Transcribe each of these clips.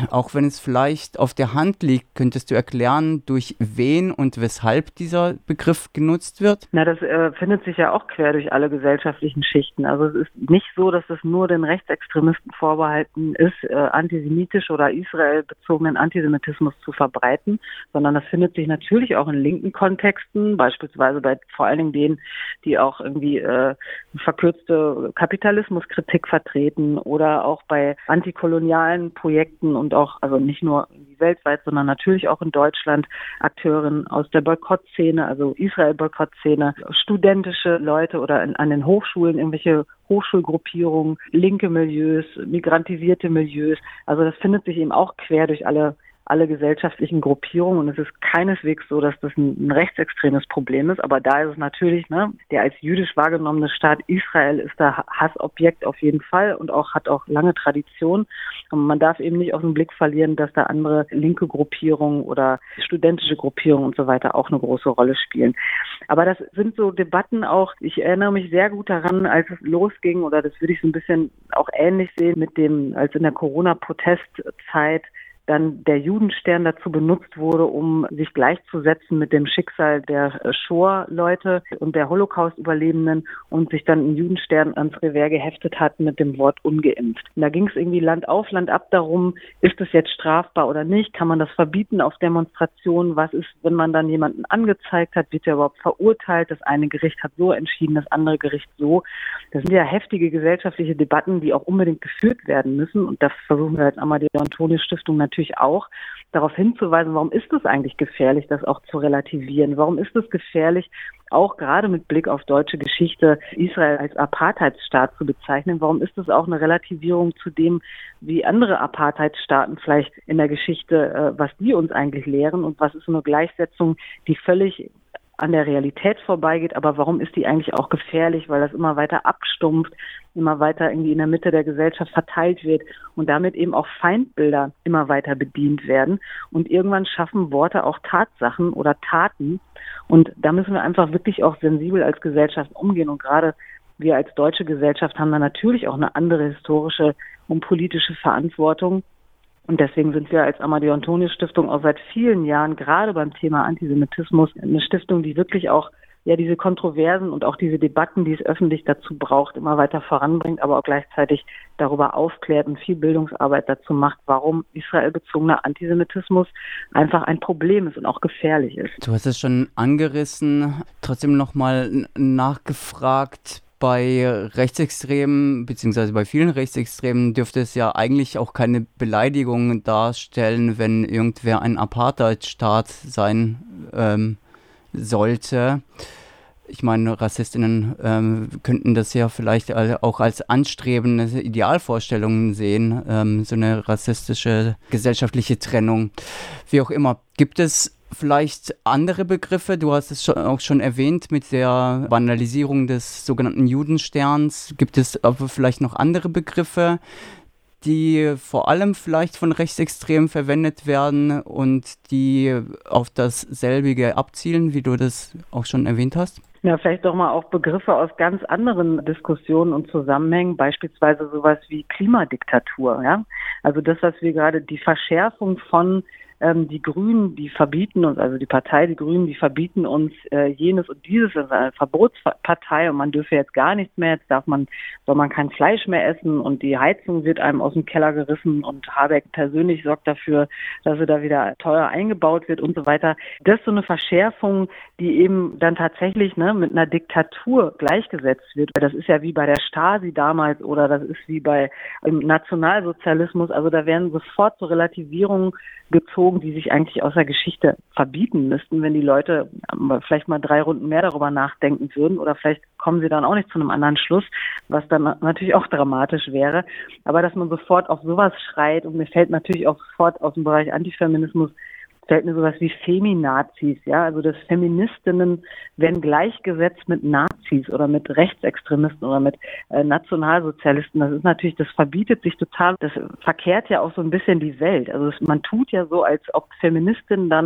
auch wenn es vielleicht auf der Hand liegt, könntest du erklären, durch wen und weshalb dieser Begriff genutzt wird? Na, das findet sich ja auch quer durch alle gesellschaftlichen Schichten. Also es ist nicht so, dass es nur den Rechtsextremisten vorbehalten ist, antisemitisch oder israelbezogenen Antisemitismus zu verbreiten, sondern das findet sich natürlich auch in linken Kontexten, beispielsweise bei vor allen Dingen denen, die auch irgendwie verkürzte Kapitalismuskritik vertreten oder auch bei antikolonialen Projekten und auch, also nicht nur weltweit, sondern natürlich auch in Deutschland, Akteurinnen aus der Boykottszene, also Israel-Boykottszene, studentische Leute oder an den Hochschulen irgendwelche Hochschulgruppierungen, linke Milieus, migrantisierte Milieus. Also das findet sich eben auch quer durch alle gesellschaftlichen Gruppierungen und es ist keineswegs so, dass das ein rechtsextremes Problem ist, aber da ist es natürlich, der als jüdisch wahrgenommene Staat Israel ist da Hassobjekt auf jeden Fall und hat auch lange Tradition. Und man darf eben nicht aus dem Blick verlieren, dass da andere linke Gruppierungen oder studentische Gruppierungen und so weiter auch eine große Rolle spielen. Aber das sind so Debatten auch, ich erinnere mich sehr gut daran, als es losging, oder das würde ich so ein bisschen auch ähnlich sehen mit dem, als in der Corona-Protestzeit dann der Judenstern dazu benutzt wurde, um sich gleichzusetzen mit dem Schicksal der Shoah-Leute und der Holocaust-Überlebenden und sich dann ein Judenstern ans Revers geheftet hat mit dem Wort ungeimpft. Und da ging es irgendwie Land auf, Land ab darum, ist es jetzt strafbar oder nicht? Kann man das verbieten auf Demonstrationen? Was ist, wenn man dann jemanden angezeigt hat? Wird er überhaupt verurteilt? Das eine Gericht hat so entschieden, das andere Gericht so. Das sind ja heftige gesellschaftliche Debatten, die auch unbedingt geführt werden müssen. Und das versuchen wir als Amadeo-Antonio-Stiftung natürlich auch, darauf hinzuweisen, warum ist es eigentlich gefährlich, das auch zu relativieren? Warum ist es gefährlich, auch gerade mit Blick auf deutsche Geschichte, Israel als Apartheidsstaat zu bezeichnen? Warum ist es auch eine Relativierung zu dem, wie andere Apartheidsstaaten vielleicht in der Geschichte, was die uns eigentlich lehren und was ist so eine Gleichsetzung, die völlig an der Realität vorbeigeht, aber warum ist die eigentlich auch gefährlich, weil das immer weiter abstumpft, immer weiter irgendwie in der Mitte der Gesellschaft verteilt wird und damit eben auch Feindbilder immer weiter bedient werden und irgendwann schaffen Worte auch Tatsachen oder Taten und da müssen wir einfach wirklich auch sensibel als Gesellschaft umgehen und gerade wir als deutsche Gesellschaft haben da natürlich auch eine andere historische und politische Verantwortung. Und deswegen sind wir als Amadeo-Antonio-Stiftung auch seit vielen Jahren gerade beim Thema Antisemitismus eine Stiftung, die wirklich auch diese Kontroversen und auch diese Debatten, die es öffentlich dazu braucht, immer weiter voranbringt, aber auch gleichzeitig darüber aufklärt und viel Bildungsarbeit dazu macht, warum israelbezogener Antisemitismus einfach ein Problem ist und auch gefährlich ist. Du hast es schon angerissen, trotzdem nochmal nachgefragt. Bei Rechtsextremen, beziehungsweise bei vielen Rechtsextremen dürfte es ja eigentlich auch keine Beleidigung darstellen, wenn irgendwer ein Apartheidstaat sein sollte. Ich meine, RassistInnen könnten das ja vielleicht auch als anstrebende Idealvorstellungen sehen, so eine rassistische gesellschaftliche Trennung. Wie auch immer. Gibt es vielleicht andere Begriffe? Du hast es auch schon erwähnt mit der Banalisierung des sogenannten Judensterns. Gibt es aber vielleicht noch andere Begriffe, die vor allem vielleicht von Rechtsextremen verwendet werden und die auf dasselbige abzielen, wie du das auch schon erwähnt hast? Ja, vielleicht doch mal auch Begriffe aus ganz anderen Diskussionen und Zusammenhängen, beispielsweise sowas wie Klimadiktatur, ja. Also das, was wir gerade, die Verschärfung von die Grünen, die verbieten uns, also die Partei, die Grünen, die verbieten uns jenes und dieses, das ist eine Verbotspartei und man dürfe jetzt gar nichts mehr, jetzt soll man kein Fleisch mehr essen und die Heizung wird einem aus dem Keller gerissen und Habeck persönlich sorgt dafür, dass sie da wieder teuer eingebaut wird und so weiter. Das ist so eine Verschärfung, die eben dann tatsächlich mit einer Diktatur gleichgesetzt wird. Das ist ja wie bei der Stasi damals oder das ist wie im Nationalsozialismus, also da werden sofort so Relativierungen gezogen, die sich eigentlich aus der Geschichte verbieten müssten, wenn die Leute vielleicht mal 3 Runden mehr darüber nachdenken würden oder vielleicht kommen sie dann auch nicht zu einem anderen Schluss, was dann natürlich auch dramatisch wäre. Aber dass man sofort auf sowas schreit und mir fällt natürlich auch sofort aus dem Bereich Antifeminismus fällt mir sowas wie Feminazis, ja, also dass Feministinnen werden gleichgesetzt mit Nazis oder mit Rechtsextremisten oder mit Nationalsozialisten. Das ist natürlich, das verbietet sich total, das verkehrt ja auch so ein bisschen die Welt. Also man tut ja so, als ob Feministinnen dann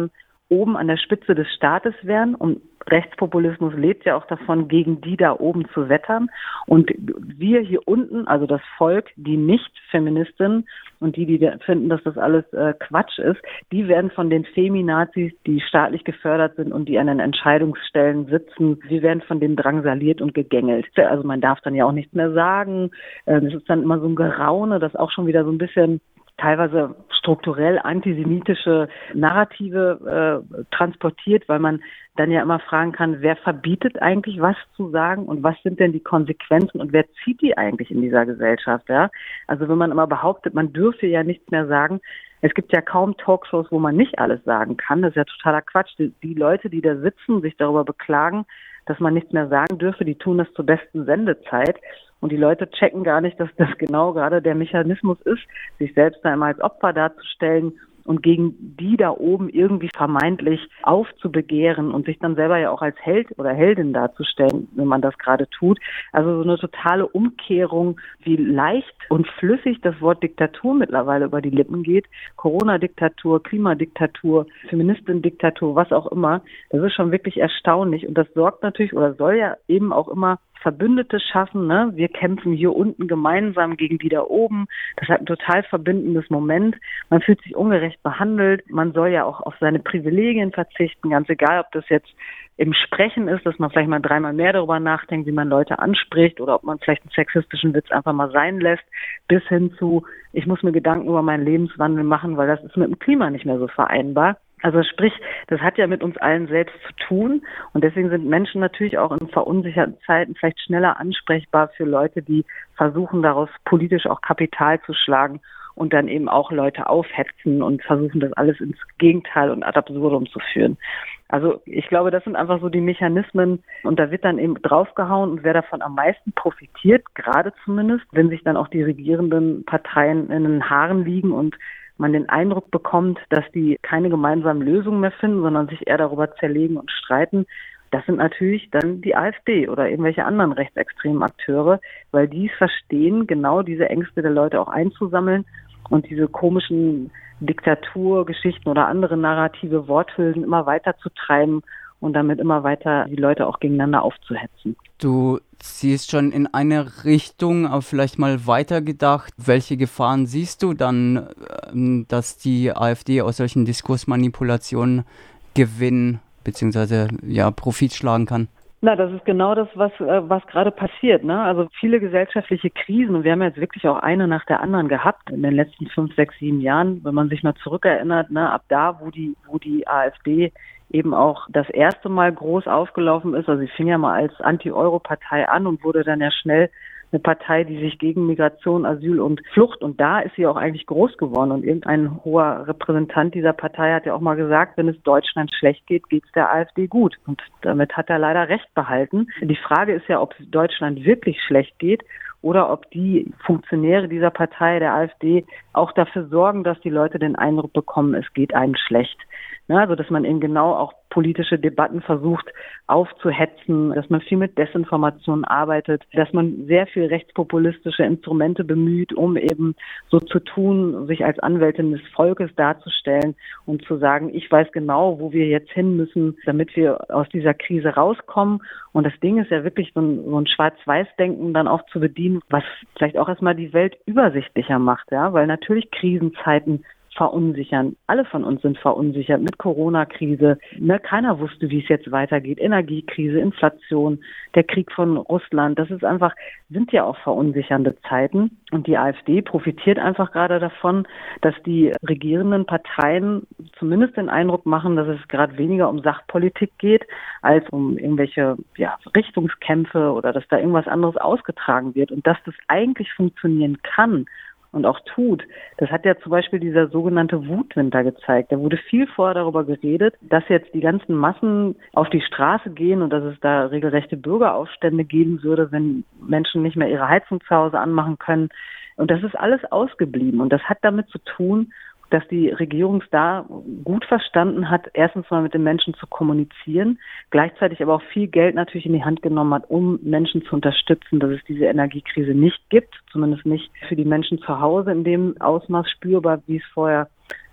oben an der Spitze des Staates wären. Und Rechtspopulismus lebt ja auch davon, gegen die da oben zu wettern. Und wir hier unten, also das Volk, die Nicht-Feministinnen und die finden, dass das alles Quatsch ist, die werden von den Feminazis, die staatlich gefördert sind und die an den Entscheidungsstellen sitzen, wir werden von denen drangsaliert und gegängelt. Also man darf dann ja auch nichts mehr sagen. Es ist dann immer so ein Geraune, das auch schon wieder so ein bisschen teilweise strukturell antisemitische Narrative transportiert, weil man dann ja immer fragen kann, wer verbietet eigentlich was zu sagen und was sind denn die Konsequenzen und wer zieht die eigentlich in dieser Gesellschaft? Ja? Also wenn man immer behauptet, man dürfe ja nichts mehr sagen, es gibt ja kaum Talkshows, wo man nicht alles sagen kann. Das ist ja totaler Quatsch. Die Leute, die da sitzen, sich darüber beklagen, dass man nichts mehr sagen dürfe, die tun das zur besten Sendezeit. Und die Leute checken gar nicht, dass das genau gerade der Mechanismus ist, sich selbst da immer als Opfer darzustellen und gegen die da oben irgendwie vermeintlich aufzubegehren und sich dann selber ja auch als Held oder Heldin darzustellen, wenn man das gerade tut. Also so eine totale Umkehrung, wie leicht und flüssig das Wort Diktatur mittlerweile über die Lippen geht. Corona-Diktatur, Klimadiktatur, Feministin-Diktatur, was auch immer. Das ist schon wirklich erstaunlich. Und das sorgt natürlich oder soll ja eben auch immer Verbündete schaffen, ne? Wir kämpfen hier unten gemeinsam gegen die da oben. Das hat ein total verbindendes Moment. Man fühlt sich ungerecht behandelt. Man soll ja auch auf seine Privilegien verzichten, ganz egal, ob das jetzt im Sprechen ist, dass man vielleicht mal 3-mal mehr darüber nachdenkt, wie man Leute anspricht oder ob man vielleicht einen sexistischen Witz einfach mal sein lässt, bis hin zu, ich muss mir Gedanken über meinen Lebenswandel machen, weil das ist mit dem Klima nicht mehr so vereinbar. Also sprich, das hat ja mit uns allen selbst zu tun und deswegen sind Menschen natürlich auch in verunsicherten Zeiten vielleicht schneller ansprechbar für Leute, die versuchen, daraus politisch auch Kapital zu schlagen und dann eben auch Leute aufhetzen und versuchen, das alles ins Gegenteil und ad absurdum zu führen. Also ich glaube, das sind einfach so die Mechanismen und da wird dann eben draufgehauen und wer davon am meisten profitiert, gerade zumindest, wenn sich dann auch die regierenden Parteien in den Haaren liegen und man den Eindruck bekommt, dass die keine gemeinsamen Lösungen mehr finden, sondern sich eher darüber zerlegen und streiten. Das sind natürlich dann die AfD oder irgendwelche anderen rechtsextremen Akteure, weil die es verstehen, genau diese Ängste der Leute auch einzusammeln und diese komischen Diktaturgeschichten oder andere narrative Worthülsen immer weiter zu treiben und damit immer weiter die Leute auch gegeneinander aufzuhetzen. Du siehst schon in eine Richtung, aber vielleicht mal weitergedacht. Welche Gefahren siehst du dann, dass die AfD aus solchen Diskursmanipulationen Gewinn bzw. Profit schlagen kann? Na, das ist genau das, was gerade passiert, ne? Also viele gesellschaftliche Krisen und wir haben jetzt wirklich auch eine nach der anderen gehabt in den letzten 5, 6, 7 Jahren, wenn man sich mal zurückerinnert, ne? Ab da, wo die AfD eben auch das erste Mal groß aufgelaufen ist. Also sie fing ja mal als Anti-Euro-Partei an und wurde dann ja schnell eine Partei, die sich gegen Migration, Asyl und Flucht, und da ist sie auch eigentlich groß geworden. Und irgendein hoher Repräsentant dieser Partei hat ja auch mal gesagt, wenn es Deutschland schlecht geht, geht es der AfD gut. Und damit hat er leider recht behalten. Die Frage ist ja, ob es Deutschland wirklich schlecht geht oder ob die Funktionäre dieser Partei, der AfD, auch dafür sorgen, dass die Leute den Eindruck bekommen, es geht einem schlecht. Ja, also dass man eben genau auch politische Debatten versucht aufzuhetzen, dass man viel mit Desinformation arbeitet, dass man sehr viel rechtspopulistische Instrumente bemüht, um eben so zu tun, sich als Anwältin des Volkes darzustellen und zu sagen, ich weiß genau, wo wir jetzt hin müssen, damit wir aus dieser Krise rauskommen. Und das Ding ist ja wirklich so ein Schwarz-Weiß-Denken dann auch zu bedienen, was vielleicht auch erstmal die Welt übersichtlicher macht, ja, weil natürlich Krisenzeiten verunsichern. Alle von uns sind verunsichert mit Corona-Krise. Ne, keiner wusste, wie es jetzt weitergeht. Energiekrise, Inflation, der Krieg von Russland. Das ist einfach, sind ja auch verunsichernde Zeiten. Und die AfD profitiert einfach gerade davon, dass die regierenden Parteien zumindest den Eindruck machen, dass es gerade weniger um Sachpolitik geht, als um irgendwelche Richtungskämpfe oder dass da irgendwas anderes ausgetragen wird. Und dass das eigentlich funktionieren kann und auch tut. Das hat ja zum Beispiel dieser sogenannte Wutwinter gezeigt. Da wurde viel vorher darüber geredet, dass jetzt die ganzen Massen auf die Straße gehen und dass es da regelrechte Bürgeraufstände geben würde, wenn Menschen nicht mehr ihre Heizung zu Hause anmachen können. Und das ist alles ausgeblieben. Und das hat damit zu tun, dass die Regierung es da gut verstanden hat, erstens mal mit den Menschen zu kommunizieren, gleichzeitig aber auch viel Geld natürlich in die Hand genommen hat, um Menschen zu unterstützen, dass es diese Energiekrise nicht gibt, zumindest nicht für die Menschen zu Hause in dem Ausmaß spürbar, wie es vorher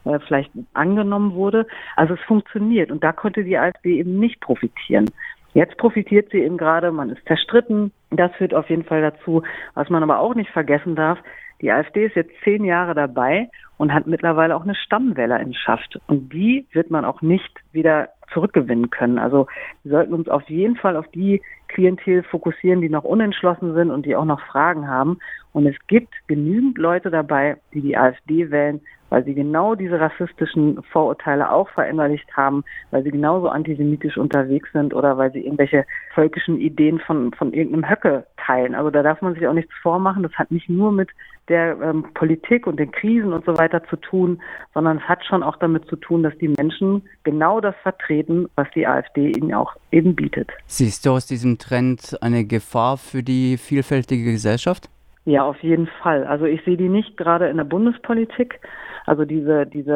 vielleicht angenommen wurde. Also es funktioniert und da konnte die AfD eben nicht profitieren. Jetzt profitiert sie eben gerade, man ist zerstritten. Das führt auf jeden Fall dazu, was man aber auch nicht vergessen darf, die AfD ist jetzt 10 Jahre dabei und hat mittlerweile auch eine Stammwählerinschaft. Und die wird man auch nicht wieder zurückgewinnen können. Also wir sollten uns auf jeden Fall auf die Klientel fokussieren, die noch unentschlossen sind und die auch noch Fragen haben. Und es gibt genügend Leute dabei, die die AfD wählen, weil sie genau diese rassistischen Vorurteile auch verinnerlicht haben, weil sie genauso antisemitisch unterwegs sind oder weil sie irgendwelche völkischen Ideen von irgendeinem Höcke teilen. Also da darf man sich auch nichts vormachen. Das hat nicht nur mit der Politik und den Krisen und so weiter zu tun, sondern es hat schon auch damit zu tun, dass die Menschen genau das vertreten, was die AfD ihnen auch eben bietet. Siehst du aus diesem Trend eine Gefahr für die vielfältige Gesellschaft? Ja, auf jeden Fall. Also ich sehe die nicht gerade in der Bundespolitik. Also ich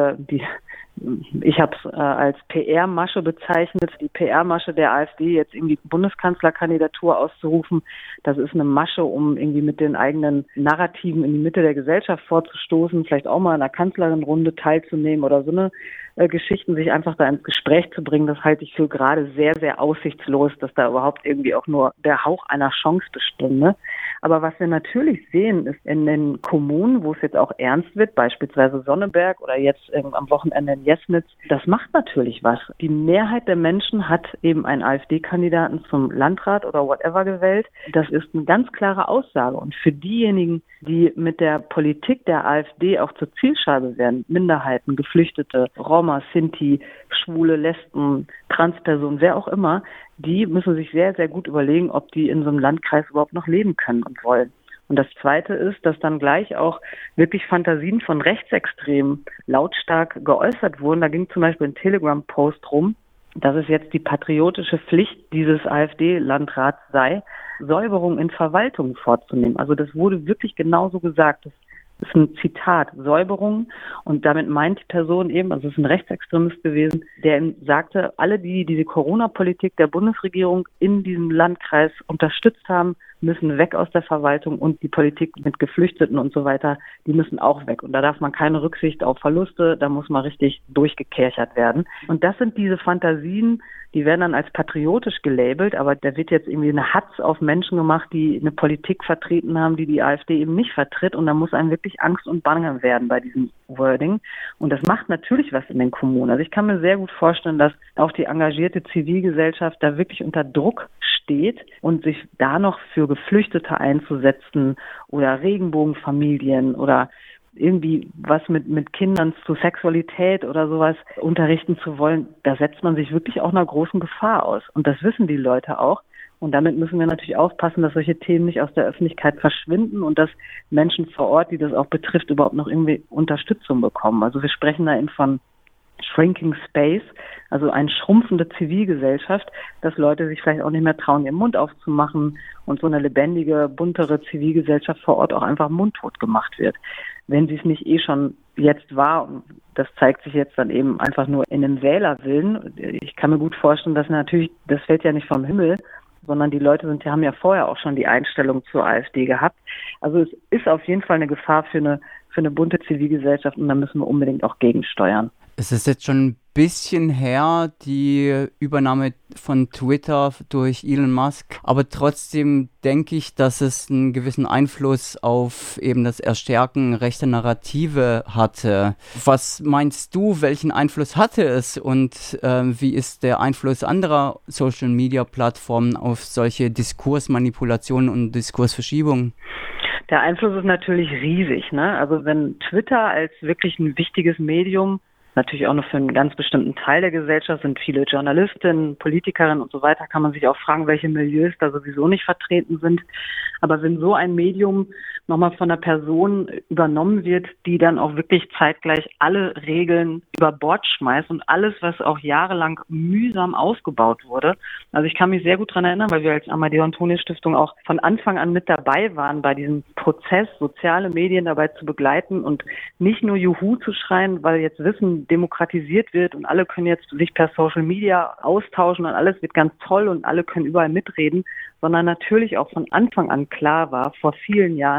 habe es als PR-Masche bezeichnet, die PR-Masche der AfD, jetzt irgendwie Bundeskanzlerkandidatur auszurufen. Das ist eine Masche, um irgendwie mit den eigenen Narrativen in die Mitte der Gesellschaft vorzustoßen, vielleicht auch mal in einer Kanzlerinrunde teilzunehmen oder so eine Geschichten, sich einfach da ins Gespräch zu bringen. Das halte ich für gerade sehr, sehr aussichtslos, dass da überhaupt irgendwie auch nur der Hauch einer Chance bestünde. Aber was wir natürlich sehen, ist in den Kommunen, wo es jetzt auch ernst wird, beispielsweise Sonneberg oder jetzt am Wochenende in Jesnitz, das macht natürlich was. Die Mehrheit der Menschen hat eben einen AfD-Kandidaten zum Landrat oder whatever gewählt. Das ist eine ganz klare Aussage. Und für diejenigen, die mit der Politik der AfD auch zur Zielscheibe werden, Minderheiten, Geflüchtete, Roma, Sinti, Schwule, Lesben, Transpersonen, wer auch immer, die müssen sich sehr, sehr gut überlegen, ob die in so einem Landkreis überhaupt noch leben können und wollen. Und das Zweite ist, dass dann gleich auch wirklich Fantasien von Rechtsextremen lautstark geäußert wurden. Da ging zum Beispiel ein Telegram-Post rum, dass es jetzt die patriotische Pflicht dieses AfD-Landrats sei, Säuberung in Verwaltungen vorzunehmen. Also das wurde wirklich genauso gesagt. Das ist ein Zitat, Säuberung. Und damit meint die Person eben, also es ist ein Rechtsextremist gewesen, der ihm sagte, alle, die diese Corona-Politik der Bundesregierung in diesem Landkreis unterstützt haben, müssen weg aus der Verwaltung und die Politik mit Geflüchteten und so weiter, die müssen auch weg. Und da darf man keine Rücksicht auf Verluste, da muss man richtig durchgekerchert werden. Und das sind diese Fantasien, die werden dann als patriotisch gelabelt, aber da wird jetzt irgendwie eine Hatz auf Menschen gemacht, die eine Politik vertreten haben, die die AfD eben nicht vertritt. Und da muss einem wirklich Angst und Bange werden bei diesem Wording. Und das macht natürlich was in den Kommunen. Also ich kann mir sehr gut vorstellen, dass auch die engagierte Zivilgesellschaft da wirklich unter Druck steht und sich da noch für Geflüchtete einzusetzen oder Regenbogenfamilien oder irgendwie was mit Kindern zu Sexualität oder sowas unterrichten zu wollen, da setzt man sich wirklich auch einer großen Gefahr aus. Und das wissen die Leute auch. Und damit müssen wir natürlich aufpassen, dass solche Themen nicht aus der Öffentlichkeit verschwinden und dass Menschen vor Ort, die das auch betrifft, überhaupt noch irgendwie Unterstützung bekommen. Also wir sprechen da eben von Shrinking Space, also eine schrumpfende Zivilgesellschaft, dass Leute sich vielleicht auch nicht mehr trauen, ihren Mund aufzumachen und so eine lebendige, buntere Zivilgesellschaft vor Ort auch einfach mundtot gemacht wird. Wenn sie es nicht schon jetzt war, und das zeigt sich jetzt dann eben einfach nur in einem Wählerwillen. Ich kann mir gut vorstellen, dass natürlich, das fällt ja nicht vom Himmel, sondern die Leute haben ja vorher auch schon die Einstellung zur AfD gehabt. Also es ist auf jeden Fall eine Gefahr für eine bunte Zivilgesellschaft und da müssen wir unbedingt auch gegensteuern. Es ist jetzt schon ein bisschen her, die Übernahme von Twitter durch Elon Musk. Aber trotzdem denke ich, dass es einen gewissen Einfluss auf eben das Erstärken rechter Narrative hatte. Was meinst du, welchen Einfluss hatte es und wie ist der Einfluss anderer Social-Media-Plattformen auf solche Diskursmanipulationen und Diskursverschiebungen? Der Einfluss ist natürlich riesig, ne? Also wenn Twitter als wirklich ein wichtiges Medium, natürlich auch nur für einen ganz bestimmten Teil der Gesellschaft, sind viele Journalistinnen, Politikerinnen und so weiter, kann man sich auch fragen, welche Milieus da sowieso nicht vertreten sind. Aber wenn so ein Medium nochmal von einer Person übernommen wird, die dann auch wirklich zeitgleich alle Regeln über Bord schmeißt und alles, was auch jahrelang mühsam ausgebaut wurde. Also ich kann mich sehr gut daran erinnern, weil wir als Amadeo-Antonis-Stiftung auch von Anfang an mit dabei waren, bei diesem Prozess, soziale Medien dabei zu begleiten und nicht nur Juhu zu schreien, weil jetzt Wissen demokratisiert wird und alle können jetzt sich per Social Media austauschen und alles wird ganz toll und alle können überall mitreden, sondern natürlich auch von Anfang an klar war, vor vielen Jahren,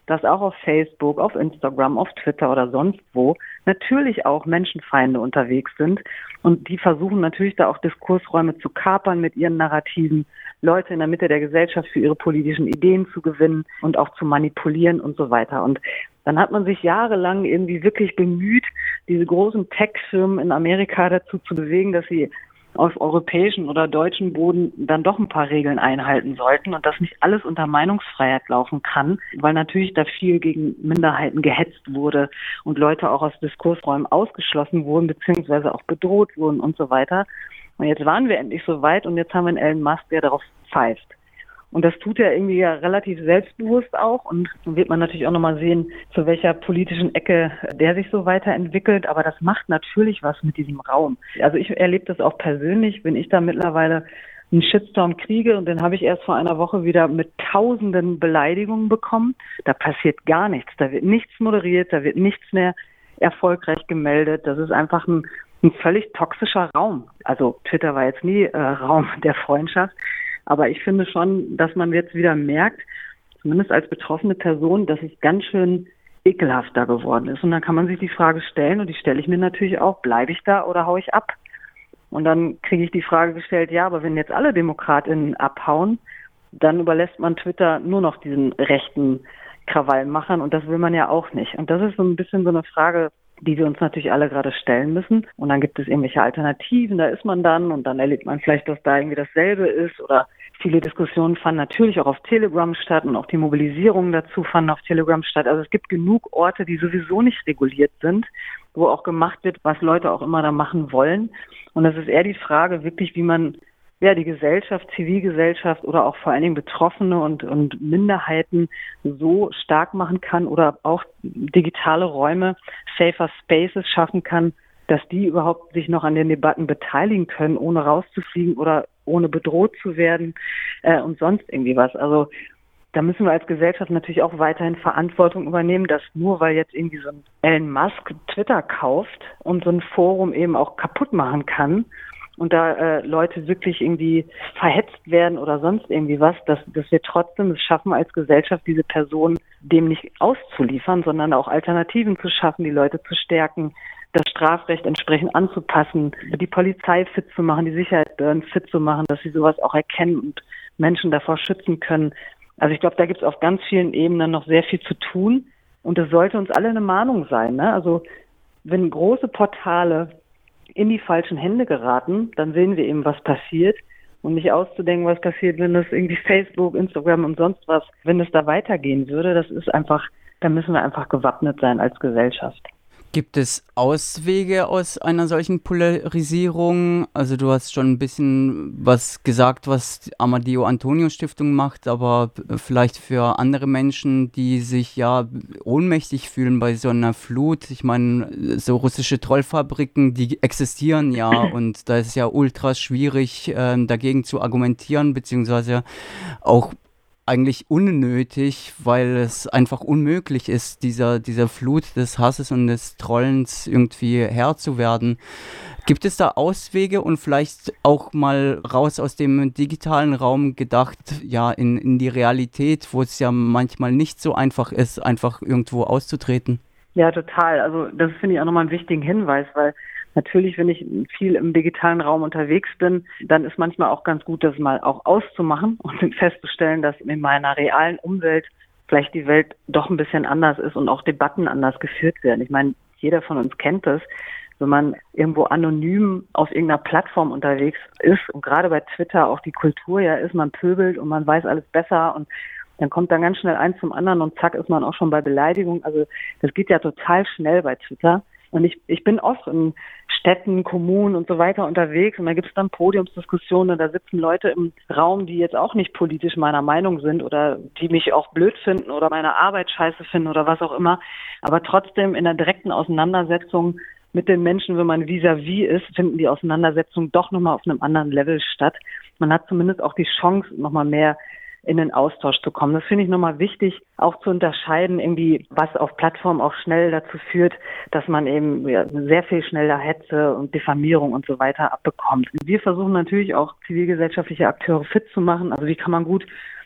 dass auch auf Facebook, auf Instagram, auf Twitter oder sonst wo natürlich auch Menschenfeinde unterwegs sind. Und die versuchen natürlich da auch Diskursräume zu kapern mit ihren Narrativen, Leute in der Mitte der Gesellschaft für ihre politischen Ideen zu gewinnen und auch zu manipulieren und so weiter. Und dann hat man sich jahrelang irgendwie wirklich bemüht, diese großen Tech-Firmen in Amerika dazu zu bewegen, dass sie auf europäischen oder deutschen Boden dann doch ein paar Regeln einhalten sollten und dass nicht alles unter Meinungsfreiheit laufen kann, weil natürlich da viel gegen Minderheiten gehetzt wurde und Leute auch aus Diskursräumen ausgeschlossen wurden, beziehungsweise auch bedroht wurden und so weiter. Und jetzt waren wir endlich so weit und jetzt haben wir einen Elon Musk, der darauf pfeift. Und das tut er irgendwie ja relativ selbstbewusst auch. Und dann wird man natürlich auch nochmal sehen, zu welcher politischen Ecke der sich so weiterentwickelt. Aber das macht natürlich was mit diesem Raum. Also ich erlebe das auch persönlich, wenn ich da mittlerweile einen Shitstorm kriege. Und den habe ich erst vor einer Woche wieder mit tausenden Beleidigungen bekommen. Da passiert gar nichts. Da wird nichts moderiert. Da wird nichts mehr erfolgreich gemeldet. Das ist einfach ein völlig toxischer Raum. Also Twitter war jetzt nie Raum der Freundschaft. Aber ich finde schon, dass man jetzt wieder merkt, zumindest als betroffene Person, dass es ganz schön ekelhafter geworden ist. Und dann kann man sich die Frage stellen, und die stelle ich mir natürlich auch, bleibe ich da oder haue ich ab? Und dann kriege ich die Frage gestellt, ja, aber wenn jetzt alle DemokratInnen abhauen, dann überlässt man Twitter nur noch diesen rechten Krawallmachern und das will man ja auch nicht. Und das ist so ein bisschen so eine Frage, die wir uns natürlich alle gerade stellen müssen. Und dann gibt es irgendwelche Alternativen, da ist man dann und dann erlebt man vielleicht, dass da irgendwie dasselbe ist oder viele Diskussionen fanden natürlich auch auf Telegram statt und auch die Mobilisierungen dazu fanden auf Telegram statt. Also es gibt genug Orte, die sowieso nicht reguliert sind, wo auch gemacht wird, was Leute auch immer da machen wollen. Und das ist eher die Frage wirklich, wie man die Gesellschaft, Zivilgesellschaft oder auch vor allen Dingen Betroffene und Minderheiten so stark machen kann oder auch digitale Räume, safer Spaces schaffen kann, dass die überhaupt sich noch an den Debatten beteiligen können, ohne rauszufliegen oder ohne bedroht zu werden und sonst irgendwie was. Also da müssen wir als Gesellschaft natürlich auch weiterhin Verantwortung übernehmen, dass nur weil jetzt irgendwie so ein Elon Musk Twitter kauft und so ein Forum eben auch kaputt machen kann, und da Leute wirklich irgendwie verhetzt werden oder sonst irgendwie was, dass wir trotzdem es schaffen, als Gesellschaft diese Person dem nicht auszuliefern, sondern auch Alternativen zu schaffen, die Leute zu stärken, das Strafrecht entsprechend anzupassen, die Polizei fit zu machen, die Sicherheitsbehörden fit zu machen, dass sie sowas auch erkennen und Menschen davor schützen können. Also ich glaube, da gibt es auf ganz vielen Ebenen noch sehr viel zu tun und das sollte uns alle eine Mahnung sein, ne? Also wenn große Portale in die falschen Hände geraten, dann sehen wir eben, was passiert und nicht auszudenken, was passiert, wenn das irgendwie Facebook, Instagram und sonst was, wenn es da weitergehen würde, das ist einfach, da müssen wir einfach gewappnet sein als Gesellschaft. Gibt es Auswege aus einer solchen Polarisierung? Also du hast schon ein bisschen was gesagt, was die Amadeo Antonio Stiftung macht, aber vielleicht für andere Menschen, die sich ja ohnmächtig fühlen bei so einer Flut. Ich meine, so russische Trollfabriken, die existieren ja und da ist es ja ultra schwierig, dagegen zu argumentieren, beziehungsweise auch eigentlich unnötig, weil es einfach unmöglich ist, dieser Flut des Hasses und des Trollens irgendwie Herr zu werden. Gibt es da Auswege und vielleicht auch mal raus aus dem digitalen Raum gedacht, ja, in die Realität, wo es ja manchmal nicht so einfach ist, einfach irgendwo auszutreten? Ja, total. Also das finde ich auch nochmal einen wichtigen Hinweis, weil natürlich, wenn ich viel im digitalen Raum unterwegs bin, dann ist manchmal auch ganz gut, das mal auch auszumachen und festzustellen, dass in meiner realen Umwelt vielleicht die Welt doch ein bisschen anders ist und auch Debatten anders geführt werden. Ich meine, jeder von uns kennt das, wenn man irgendwo anonym auf irgendeiner Plattform unterwegs ist und gerade bei Twitter auch die Kultur ja ist, man pöbelt und man weiß alles besser und dann kommt dann ganz schnell eins zum anderen und zack ist man auch schon bei Beleidigung. Also das geht ja total schnell bei Twitter. Und ich bin oft in Städten, Kommunen und so weiter unterwegs und da gibt es dann Podiumsdiskussionen, da sitzen Leute im Raum, die jetzt auch nicht politisch meiner Meinung sind oder die mich auch blöd finden oder meine Arbeit scheiße finden oder was auch immer. Aber trotzdem in der direkten Auseinandersetzung mit den Menschen, wenn man vis-à-vis ist, finden die Auseinandersetzungen doch nochmal auf einem anderen Level statt. Man hat zumindest auch die Chance, nochmal mehr in den Austausch zu kommen. Das finde ich nochmal wichtig, auch zu unterscheiden, irgendwie, was auf Plattformen auch schnell dazu führt, dass man eben sehr viel schneller Hetze und Diffamierung und so weiter abbekommt. Wir versuchen natürlich auch zivilgesellschaftliche Akteure fit zu machen. Also wie kann man gut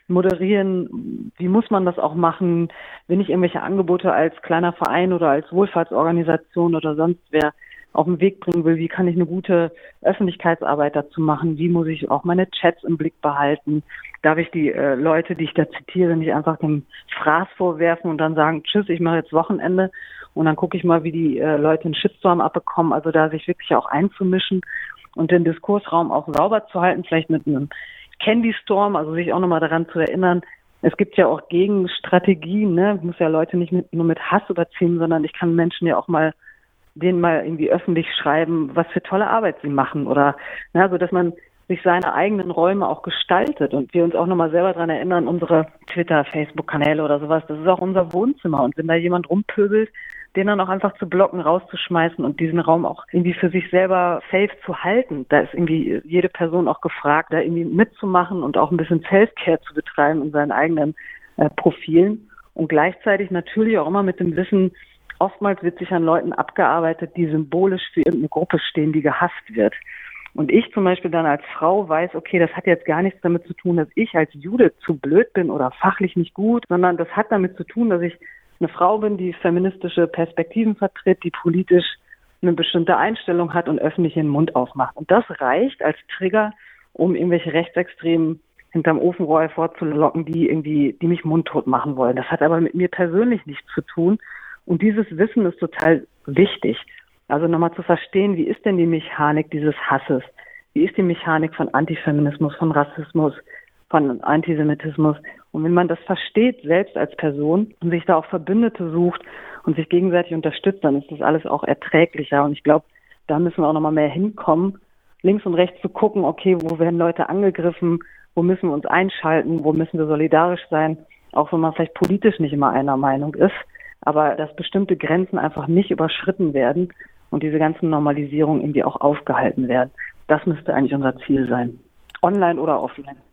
moderieren? Wie muss man das auch machen? Wenn ich irgendwelche Angebote als kleiner Verein oder als Wohlfahrtsorganisation oder sonst wer auf den Weg bringen will, wie kann ich eine gute Öffentlichkeitsarbeit dazu machen? Wie muss ich auch meine Chats im Blick behalten? Darf ich die Leute, die ich da zitiere, nicht einfach dem Fraß vorwerfen und dann sagen, tschüss, ich mache jetzt Wochenende und dann gucke ich mal, wie die Leute einen Shitstorm abbekommen. Also da sich wirklich auch einzumischen und den Diskursraum auch sauber zu halten, vielleicht mit einem Candy Storm, also sich auch nochmal daran zu erinnern, es gibt ja auch Gegenstrategien, ne? Ich muss ja Leute nicht nur mit Hass überziehen, sondern ich kann Menschen ja auch denen mal irgendwie öffentlich schreiben, was für tolle Arbeit sie machen oder so, dass man sich seine eigenen Räume auch gestaltet und wir uns auch nochmal selber daran erinnern, unsere Twitter, Facebook-Kanäle oder sowas, das ist auch unser Wohnzimmer und wenn da jemand rumpöbelt, den dann auch einfach zu blocken, rauszuschmeißen und diesen Raum auch irgendwie für sich selber safe zu halten. Da ist irgendwie jede Person auch gefragt, da irgendwie mitzumachen und auch ein bisschen Self-Care zu betreiben in seinen eigenen Profilen und gleichzeitig natürlich auch immer mit dem Wissen, oftmals wird sich an Leuten abgearbeitet, die symbolisch für irgendeine Gruppe stehen, die gehasst wird. Und ich zum Beispiel dann als Frau weiß, okay, das hat jetzt gar nichts damit zu tun, dass ich als Jude zu blöd bin oder fachlich nicht gut, sondern das hat damit zu tun, dass ich eine Frau bin, die feministische Perspektiven vertritt, die politisch eine bestimmte Einstellung hat und öffentlich den Mund aufmacht. Und das reicht als Trigger, um irgendwelche Rechtsextremen hinterm Ofenrohr hervorzulocken, die mich mundtot machen wollen. Das hat aber mit mir persönlich nichts zu tun. Und dieses Wissen ist total wichtig. Also nochmal zu verstehen, wie ist denn die Mechanik dieses Hasses? Wie ist die Mechanik von Antifeminismus, von Rassismus, von Antisemitismus? Und wenn man das versteht, selbst als Person, und sich da auch Verbündete sucht und sich gegenseitig unterstützt, dann ist das alles auch erträglicher. Und ich glaube, da müssen wir auch nochmal mehr hinkommen, links und rechts zu gucken, okay, wo werden Leute angegriffen, wo müssen wir uns einschalten, wo müssen wir solidarisch sein, auch wenn man vielleicht politisch nicht immer einer Meinung ist. Aber dass bestimmte Grenzen einfach nicht überschritten werden und diese ganzen Normalisierungen irgendwie auch aufgehalten werden. Das müsste eigentlich unser Ziel sein. Online oder offline.